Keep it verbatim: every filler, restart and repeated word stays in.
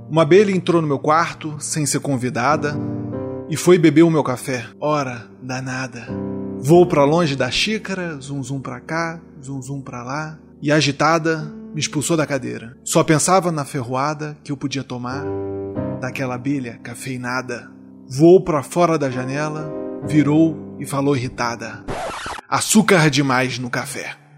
Uma abelha entrou no meu quarto, sem ser convidada, e foi beber o meu café. Ora, danada. Vou pra longe da xícara, zum zum pra cá, zum zum pra lá, e agitada, me expulsou da cadeira. Só pensava na ferroada que eu podia tomar daquela abelha cafeinada. Voou pra fora da janela, virou e falou irritada: açúcar demais no café.